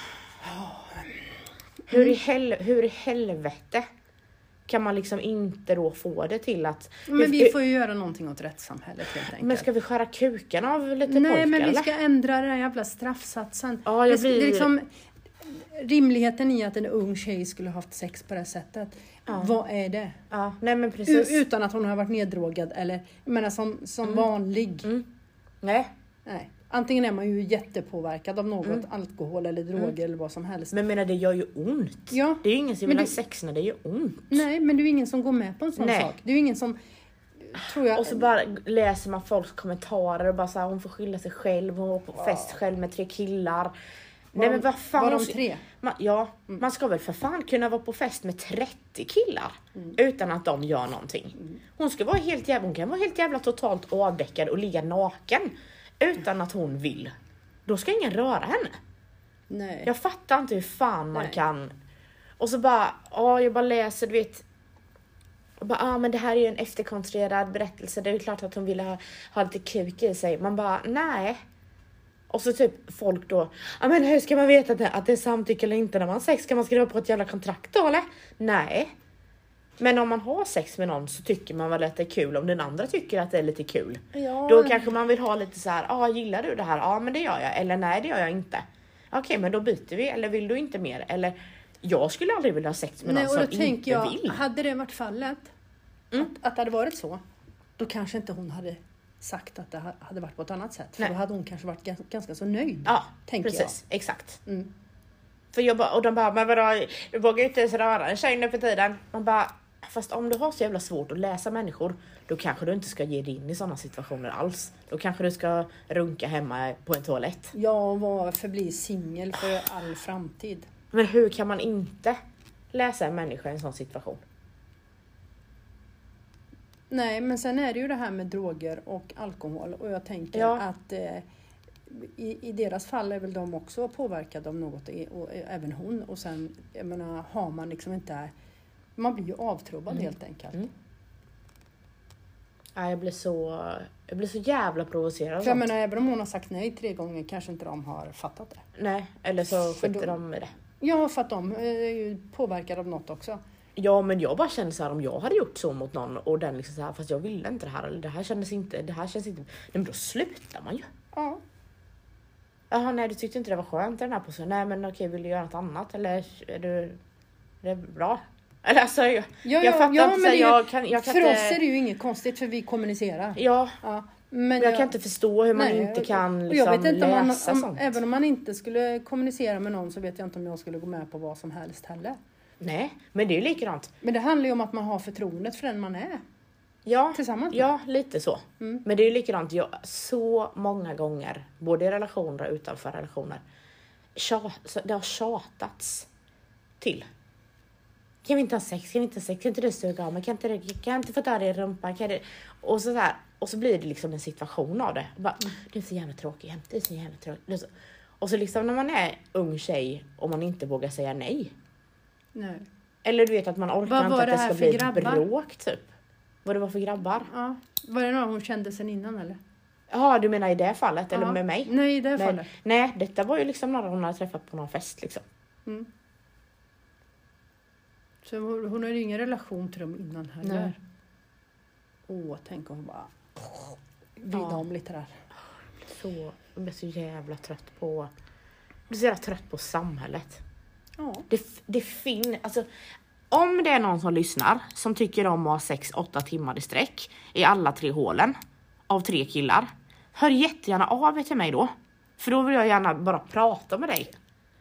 hur i, hel, hur i helvete kan man liksom inte då få det till att... Men vi får ju göra någonting åt rättssamhället helt enkelt. Men ska vi skära kuken av lite Nej, pojkar? Nej, men vi eller? ska ändra den här jävla straffsatsen. Ja, jag det, blir... det är liksom rimligheten i att en ung tjej skulle ha haft sex på det sättet. Ja. Vad är det? Ja, nej men precis. U- utan att hon har varit neddrogad eller, jag menar som, som mm. vanlig. Mm. Nej. Nej. Antingen är man ju jättepåverkad av något, mm. alkohol eller droger mm. eller vad som helst. Men menar det gör ju ont. Ja. Det är ju ingen som vill ha sex när det gör ont. Nej, men det är ju ingen som går med på en sån nej. sak. Det är ju ingen som, tror jag... Och så bara läser man folks kommentarer och bara så här, hon får skylla sig själv, hon var på wow. fest själv med tre killar. Var Nej, men vad fan... Var de tre? Man, ja, mm. man ska väl för fan kunna vara på fest med trettio killar mm. utan att de gör någonting. Mm. Hon ska vara helt jävla, hon kan vara helt jävla totalt avdäckad och ligga naken utan att hon vill. Då ska ingen röra henne. Nej. Jag fattar inte hur fan man Nej. kan. Och så bara, ja, jag bara läser, du vet. Och bara, ah, men det här är ju en efterkonstruerad berättelse. Det är ju klart att hon ville ha, ha lite kuk i sig. Man bara, nej. Och så typ folk då, ja men hur ska man veta att det, att det är samtycke eller inte när man har sex? Ska man skriva på ett jävla kontrakt då eller? Nej. Men om man har sex med någon så tycker man väl att det är kul. Om den andra tycker att det är lite kul. Ja. Då kanske man vill ha lite så här, ja ah, gillar du det här? Ja ah, men det gör jag. Eller nej det gör jag inte. Okej okay, men då byter vi. Eller vill du inte mer? Eller jag skulle aldrig vilja ha sex med nej, någon som inte jag, vill. Hade det varit fallet, mm. att, att det hade varit så, då kanske inte hon hade sagt att det hade varit på ett annat sätt. För nej. Då hade hon kanske varit ganska, ganska så nöjd. Ja, tänker precis. Jag. Exakt. Mm. För jag bara, och de bara, men vadå, du vågar inte ens röra en tjej nu för tiden. Man bara, fast om du har så jävla svårt att läsa människor, då kanske du inte ska ge dig in i sådana situationer alls. Då kanske du ska runka hemma på en toalett. Ja, och varför bli singel för all framtid? Men hur kan man inte läsa en människa i en sån situation? Nej, men sen är det ju det här med droger och alkohol. Och jag tänker ja. att eh, i, i deras fall är väl de också påverkade av något. Och även hon. Och sen, jag menar, har man liksom inte... Man blir ju avtrubbad mm. helt enkelt. Mm. Ja, jag blir så... Jag blir så jävla provocerad. För jag menar, även om hon har sagt nej tre gånger kanske inte de har fattat det. Nej, eller så skiter de med det. Ja, för att de är ju påverkade av något också. Ja, men jag bara kände så här, om jag hade gjort så mot någon och den liksom så här, fast jag ville inte det här, eller det här kändes inte, det här känns inte, nej, men då slutar man ju. Ja. Jaha, nej, du tyckte inte det var skönt den här positionen. Nej, men okej, vill du göra något annat eller är du, är det bra? Eller alltså, jag, Ja, ja, jag fattar ja, inte, men det är, jag kan, jag kan för inte, oss är det ju inget konstigt för vi kommunicerar. ja, Ja, men jag, jag kan inte förstå hur man nej, inte kan och liksom jag vet inte om man, läsa om, sånt. även om man inte skulle kommunicera med någon så vet jag inte om jag skulle gå med på vad som helst heller. Nej, men det är ju likadant. Men det handlar ju om att man har förtroendet för den man är. Ja, Tillsammans med. ja, lite så. Mm. Men det är ju likadant, jag, så många gånger, både i relationer och utanför relationer, tjat, det har tjatats till. Kan vi inte ha sex? Kan vi inte ha sex? Kan inte du suga av mig? Kan inte, du, kan jag inte få ta dig i rumpan? Kan du? Och, så där, och så blir det liksom en situation av det. Bara, mm. Du är så jävla tråkig jämt. Du är så jävla tråkig. Så. Och så liksom när man är ung tjej och man inte vågar säga nej. Nej. Eller du vet att man orkar inte att det ska bli ett grabbar? bråk typ. Vad det var för grabbar? Ja. Var det någon hon kände sen innan eller? Ja, du menar i det fallet? Ja. Eller med mig? Nej, i det Men, fallet. nej, detta var ju liksom några hon hade träffat på någon fest liksom. Mm. Så hon, hon har ju ingen relation till dem innan heller. Åh, tänk om hon bara vrida Ja. om lite där. Så, jag blir så jävla trött på... Jag blir så jävla trött på samhället. Ja. Det, det finns... Alltså, om det är någon som lyssnar som tycker om att ha sex åtta timmar i sträck i alla tre hålen av tre killar, hör jättegärna av er till mig då. För då vill jag gärna bara prata med dig.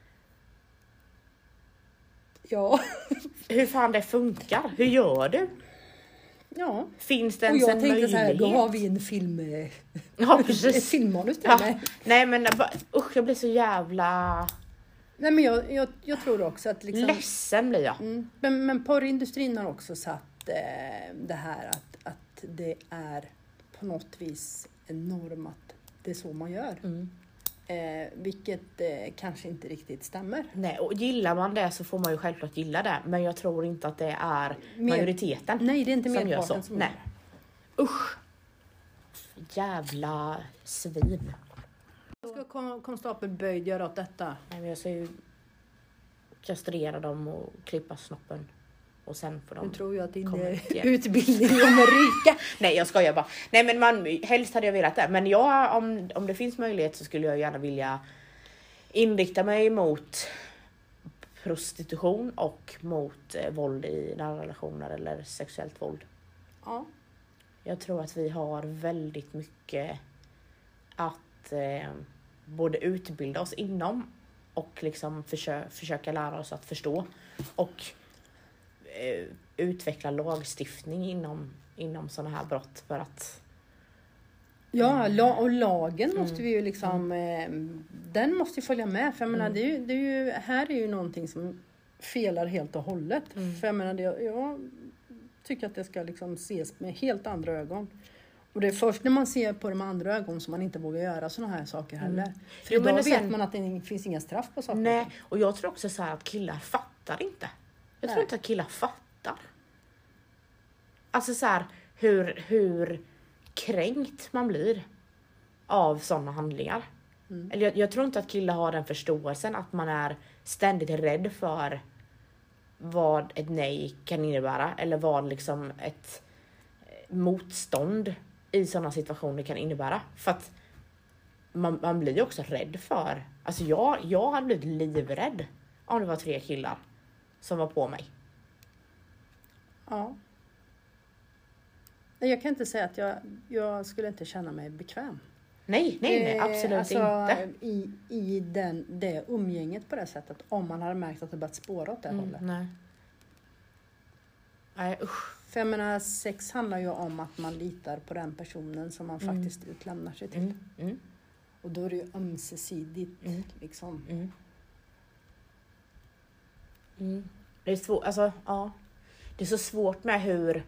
Ja. Hur fan det funkar. Hur gör du? Ja. Finns det Och ens jag en tänkte så här, möjlighet? då har vi en film... eh, Ja, ett precis. filmmanus till Ja. mig. Nej, men bara, usch, jag blir så jävla Nej, men jag, jag, jag tror också att liksom... ledsen blir jag. Mm, men, men porrindustrin har också satt eh, det här att, att det är på något vis en norm att det är så man gör. Mm. Eh, vilket eh, kanske inte riktigt stämmer. Nej, och gillar man det så får man ju självklart gilla det. Men jag tror inte att det är majoriteten. Nej, det är inte som gör merparten så. som Nej. Usch. Jävla svin. Vad ska kon- konstapel Böjd göra åt detta? Nej, men jag ska ju kastrera dem och klippa snoppen. Och sen får de... Nu tror jag att din kommer eh, igen. utbildning kommer ryka. Nej, jag skojar bara. Nej, men man, helst hade jag velat det. Men jag, om, om det finns möjlighet så skulle jag gärna vilja inrikta mig mot prostitution och mot eh, våld i nära relationer eller sexuellt våld. Ja. Jag tror att vi har väldigt mycket att eh, både utbilda oss inom och liksom försö- försöka lära oss att förstå och eh, utveckla lagstiftning inom, inom sådana här brott för att Ja, la- och lagen Mm. måste vi ju liksom, eh, den måste ju följa med. För jag menar, Mm. det är ju, det är ju, här är ju någonting som felar helt och hållet. Mm. För jag menar, det, jag tycker att det ska liksom ses med helt andra ögon. Och det är först när man ser på de andra ögon som man inte vågar göra sådana här saker heller. Mm. För Jo, idag men vet sen- man att det finns inga straff på saker. nej, och jag tror också så här att killar fattar inte. Jag tror Nej. inte att killar fattar. Alltså så här hur, hur kränkt man blir av sådana handlingar. Mm. Eller jag, jag tror inte att killar har den förståelsen att man är ständigt rädd för vad ett nej kan innebära eller vad liksom ett eh, motstånd i sådana situationer kan innebära. För att man, man blir ju också rädd för, alltså jag, jag hade blivit livrädd om det var tre killar som var på mig. Ja. Nej, jag kan inte säga att jag, jag skulle inte känna mig bekväm. Nej, nej, nej, Eh, absolut alltså, inte. I, i den, det umgänget på det sättet. Om man hade märkt att det börjat spåra åt det Mm, hållet. nej. Nej, usch. För jag menar, sex handlar ju om att man litar på den personen som man Mm. faktiskt utlämnar sig till. Mm, mm, Och då är det ju ömsesidigt. Mm. Liksom. mm. Mm. Det är svårt, alltså, ja. Det är så svårt med hur...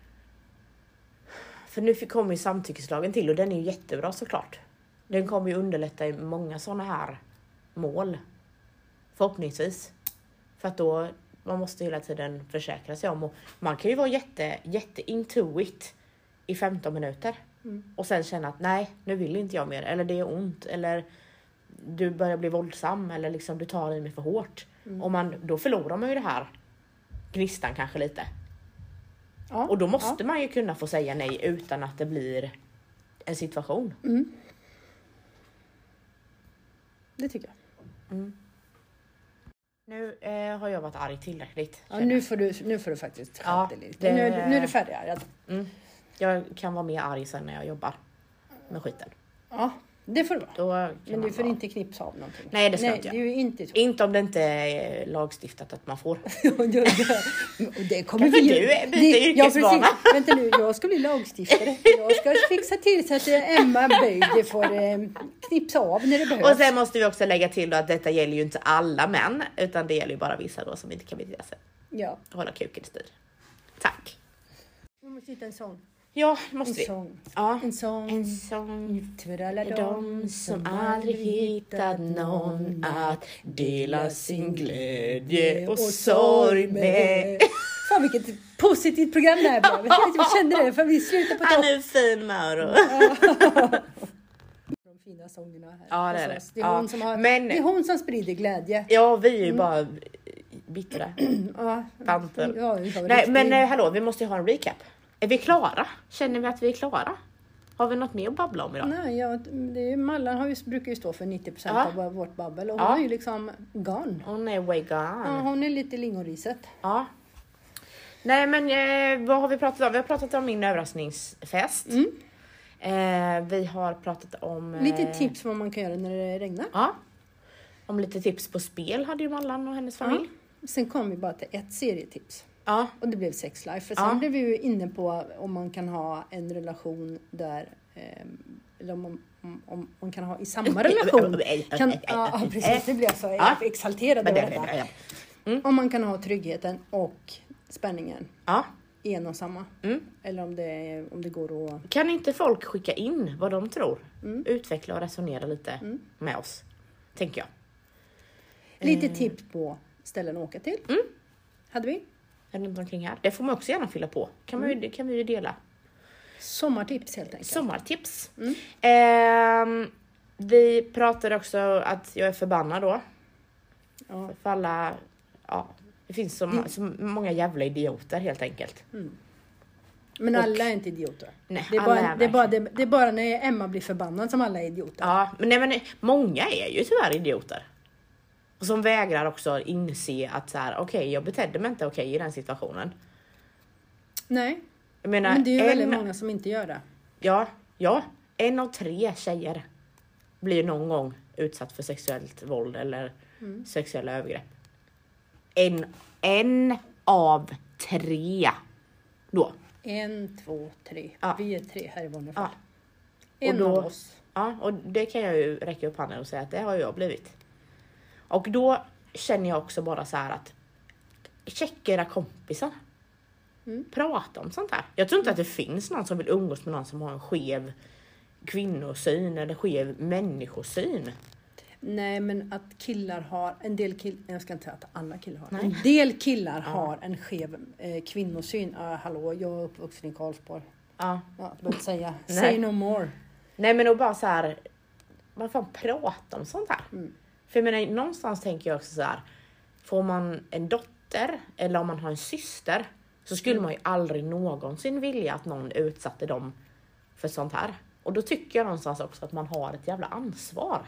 För nu kommer ju samtyckeslagen till och den är ju jättebra såklart. Den kommer ju underlätta i många sådana här mål. Förhoppningsvis. För att då, man måste hela tiden försäkra sig om. Och man kan ju vara jätte, jätte into it i femton minuter. Mm. Och sen känna att nej, nu vill inte jag mer. Eller det är ont. Eller du börjar bli våldsam. Eller liksom du tar i mig för hårt. Mm. Och man, då förlorar man ju det här gnistan kanske lite. Ja, Och då måste ja. man ju kunna få säga nej utan att det blir en situation. Mm. Det tycker jag. Mm. Nu eh, har jag varit arg tillräckligt. Ja, nu, får du, nu får du faktiskt skärpa Ja, dig lite. det- Nu, är du- nu är du färdig arg. Mm. Jag kan vara mer arg sen när jag jobbar med skiten. Ja, det får du vara. Då kan Men man du får vara... inte knipsa av någonting. Nej, det ska Nej, jag inte det göra. är ju inte så. Inte om det inte är lagstiftat att man får. Och det kommer Kanske vi du det- byter ja, yrkesbana. precis. Vänta nu, jag ska bli lagstiftare. Jag ska fixa till så att eh, Emma Böjd får eh, knipsa av när det behövs. Och sen måste vi också lägga till då att detta gäller ju inte alla män, utan det gäller ju bara vissa då som inte kan bete sig. Ja, Hålla kuken styr. Tack. vi måste hitta en sång. Ja, En måste vi. sång. Ja. En sång. En sång För alla de som aldrig hittat någon att dela sin glädje och sorg med. Fan vilket positivt program det här blev. Jag kände det för vi slutar på Han topp. är fin, Mauro. De fina sångerna här. Ja, det är hos det. oss. Det är, Ja, hon som har, men- det är hon som sprider glädje. Ja, vi är ju bara bittra. Ja. Tanter. Ja, vi har Nej, riktigt- men eh, hallå, vi måste ju ha en recap. Är vi klara? Känner vi att vi är klara? Har vi något mer att babbla om idag? Nej, ja, det är, Mallan har ju, brukar ju stå för nittio procent Ja. av vårt babbel och Ja. hon är ju liksom gone. Hon är way Ja, gone. hon är lite lingoriset. Ja. Nej, men eh, vad har vi pratat om? Vi har pratat om min överraskningsfest. Mm. Eh, vi har pratat om... Eh, Lite tips vad man kan göra när det regnar. Ja. Om lite tips på spel hade ju Mallan och hennes familj. Sen kom vi bara till ett serietips. Ja. Och det blev sex life. För sen Ja. blev vi ju inne på om man kan ha en relation där... Eh, eller om man, om, om man kan ha i samma relation. Kan, ja, ja, precis. Det blir jag så Ja. exalterad Men över det, detta. ja, ja. Om man kan ha tryggheten och spänningen Ja. i en och samma. Mm. Eller om det, om det går att... Kan inte folk skicka in vad de tror? Mm. Utveckla och resonera lite Mm. med oss, tänker jag. Lite tips på ställen att åka till. Mm. Hade vi. Runt omkring här. Det får man också gärna fylla på. Kan, man ju, det kan vi ju dela. Sommartips helt enkelt. Sommartips. Mm. Ehm, vi pratade också att jag är förbannad då. Ja. För alla, ja, det finns så, Mm. så många jävla idioter helt enkelt. Men Och- alla är inte idioter. Nej, det, är alla bara, är det, är bara, det, verkligen- det är bara när Emma blir förbannad som alla är idioter. Ja, men, nej, men många är ju tyvärr idioter. Och som vägrar också inse att så här, okej, jag betedde mig inte okej i den situationen. Nej, Jag menar, men det är ju en, väldigt många som inte gör det. Ja, ja, en av tre tjejer blir någon gång utsatt för sexuellt våld eller Mm. sexuella övergrepp. En, en av tre då. En, två, tre. Ja. Vi är tre här i vanliga Ja. fall. Och En då- av oss. Ja, och det kan jag ju räcka upp handen och säga att det har jag blivit. Och då känner jag också bara så här att checka era kompisar. Mm. Prata om sånt här. Jag tror inte att det finns någon som vill umgås med någon som har en skev kvinnosyn eller skev människosyn. Nej, men att killar har, en del killar, jag ska inte säga att alla killar har, Nej. en del killar har en skev eh, kvinnosyn. Ah, hallå, jag är uppvuxen i Karlsborg. Ja. Ja, jag behöver inte säga, Nej. say no more. Nej, men och bara så här, man får prata om sånt här. Mm. För jag menar, någonstans tänker jag också så här, får man en dotter eller om man har en syster så skulle Mm. man ju aldrig någonsin vilja att någon utsatte dem för sånt här. Och då tycker jag någonstans också att man har ett jävla ansvar.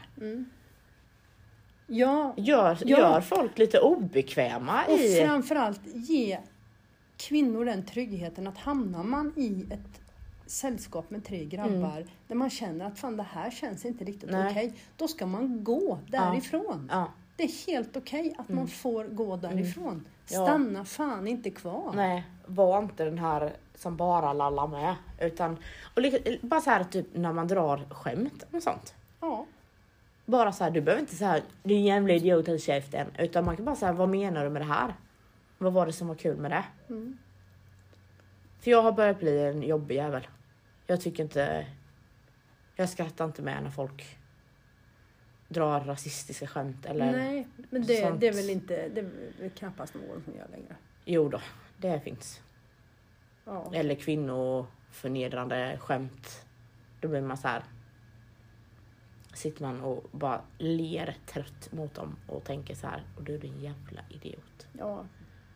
Ja, Gör, Ja. gör folk lite obekväma och i... framförallt ge kvinnor den tryggheten att hamnar man i ett sällskap med tre grabbar där man känner att fan det här känns inte riktigt Nej. okej, då ska man gå därifrån. Ja, Det är helt okej att man får gå därifrån. Ja. Stanna fan inte kvar. nej, var inte den här som bara lallar med. Utan, och lika- bara så här typ när man drar skämt och sånt. Ja. Bara så här, du behöver inte säga du är en jävla idiot i käften. Utan man kan bara säga, vad menar du med det här? Vad var det som var kul med det? Mm. För jag har börjat bli en jobbig jävel. Jag tycker inte... Jag skrattar inte med när folk drar rasistiska skämt. Eller, Nej, men det, sånt. det är väl inte, det är väl knappast någon som gör längre. Jo då, det finns. Ja. Eller kvinnoförnedrande skämt. Då blir man så här. Sitter man och bara ler trött mot dem och tänker så här. Och du är en jävla idiot. Ja.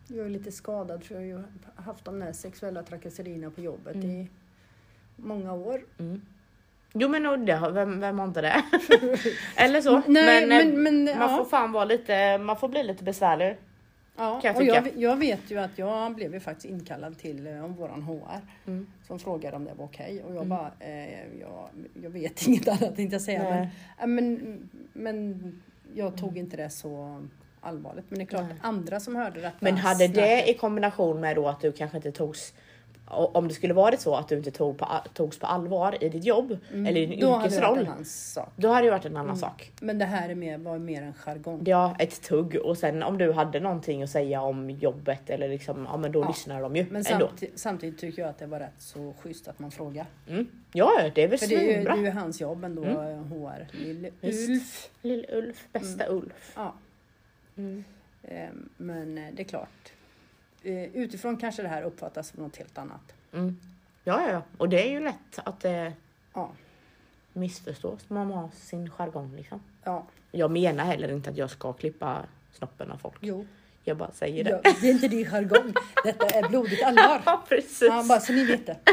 Jag är lite skadad för jag har ju haft de där sexuella trakasserierna på jobbet Mm. i många år. Mm. Jo men och det, vem, vem har inte det? Eller så. Nej, men, men, men man ja. får fan vara lite, man får bli lite besvärlig. Ja, kan jag och tycka. jag, jag vet ju att jag blev ju faktiskt inkallad till eh, om våran H R Mm. som frågade om det var okej och jag Mm. bara, eh, jag, jag vet inget annat tänkte jag säga. Men, Nej. äh, men, men jag tog inte det så allvarligt. Men det är klart, Nej. andra som hörde detta. Men hade det snacket- i kombination med då att du kanske inte togs, om det skulle varit så att du inte tog på, togs på allvar i ditt jobb eller i din då hade det varit yrkesroll, en annan sak. då hade det varit en annan Mm. sak. Men det här är mer, var mer en jargong. Ja, ett tugg och sen om du hade någonting att säga om jobbet eller liksom, ja men då Ja. lyssnar de ju Men ändå. samtidigt, samtidigt tycker jag att det var rätt så schysst att man frågar. Mm. Ja, det är väl För det är ju, det svinbra. är ju hans jobb ändå, Mm. H R. Lille Visst. Ulf. Lill-Ulf, bästa Ulf. Ja. Mm. Ehm, Men eh, det är klart. Eh, Utifrån kanske det här uppfattas som något helt annat. Mm. Ja, ja, ja. Och det är ju lätt att det Ja. missförstås. Man har sin jargong liksom. Ja. Jag menar heller inte att jag ska klippa snoppen av folk. Jo. Jag bara säger det. Ja, det är inte din jargong. Detta är blodigt allvar. Ja, precis. Ja, bara så ni vet det.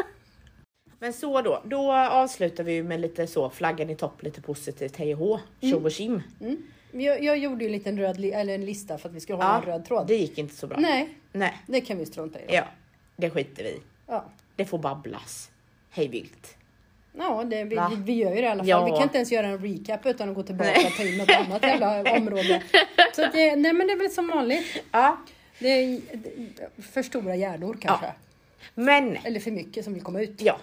Men så då, då avslutar vi med lite så, flaggan i topp, lite positivt, hej och hå, tjob och tjim. Mm. Jag, jag gjorde ju en liten röd li- eller en lista för att vi skulle ha en röd tråd. det gick inte så bra. Nej, Nej, det kan vi strunta i. ja, det skiter vi i. Ja. Det får babblas. Hej vilt. Ja, det, vi, Va? vi gör ju det i alla fall. Ja. Vi kan inte ens göra en recap utan att gå tillbaka Nej. och ta in något annat jävla område. Så att det, nej men det är väl som vanligt. Ja, Det är för stora hjärnor kanske. Ja. men, Eller för mycket som vill komma ut. ja,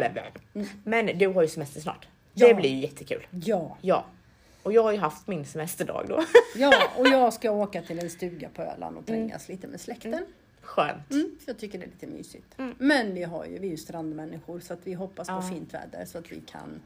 men du har ju semester snart. Ja. Det blir ju jättekul. Ja. Ja, och jag har ju haft min semesterdag då. Ja, och jag ska åka till en stuga på Öland och trängas lite med släkten. Skönt. Mm, för jag tycker det är lite mysigt. Mm. Men vi har ju, vi är ju strandmänniskor så att vi hoppas på Ja. fint väder så att vi kan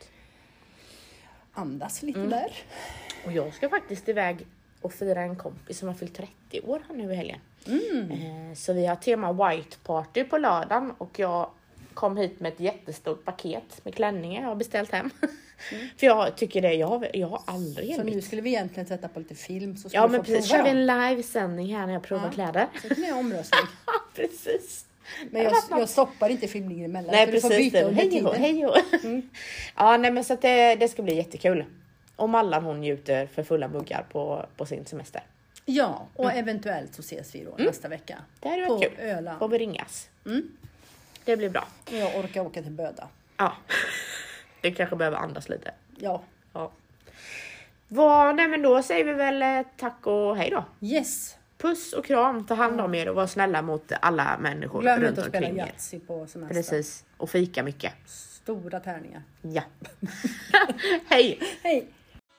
andas lite Mm. där. Och jag ska faktiskt iväg och fira en kompis som har fyllt trettio år här nu i helgen. Mm. Eh, Så vi har tema white party på lördagen och jag kom hit med ett jättestort paket med klänningar jag har beställt hem. För jag tycker det, jag har, jag har aldrig Så nu enligt. skulle vi egentligen sätta på lite film så ska Ja vi men få precis, prova kör vi dem. en livesändning här när jag provar Ja. kläder. Så kan vi ha omröstning. Precis. Men jag, jag stoppar inte filmningen emellan. Nej så du får precis, byta under hej och tiden. hej och. Ja nej men så att det, det ska bli jättekul. Och Mallan hon njuter för fulla muggar på, på sin semester. Ja, och eventuellt så ses vi då nästa vecka. Det här är På kul. Öland. Får vi ringas. Mm. Det blir bra. Och jag orkar åka till Böda. Ja. Du kanske behöver andas lite. Ja. Ja. Vad, nej men då säger vi väl eh, tack och hej då. Yes. Puss och kram, ta hand om er och var snälla mot alla människor Glöm runt inte att spela omkring er. Yatzy på semester. Precis. Och fika mycket. Stora tärningar. Ja. Hej. Hej.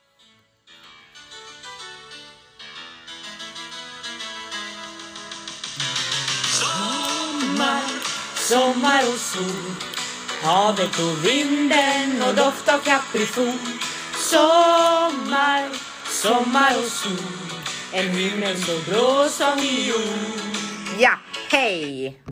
Sommar, sommar och sol. Havet och vinden och doft av kaprifol. Sommar, sommar och sol. En himmel så blå som viol. Ja, hej.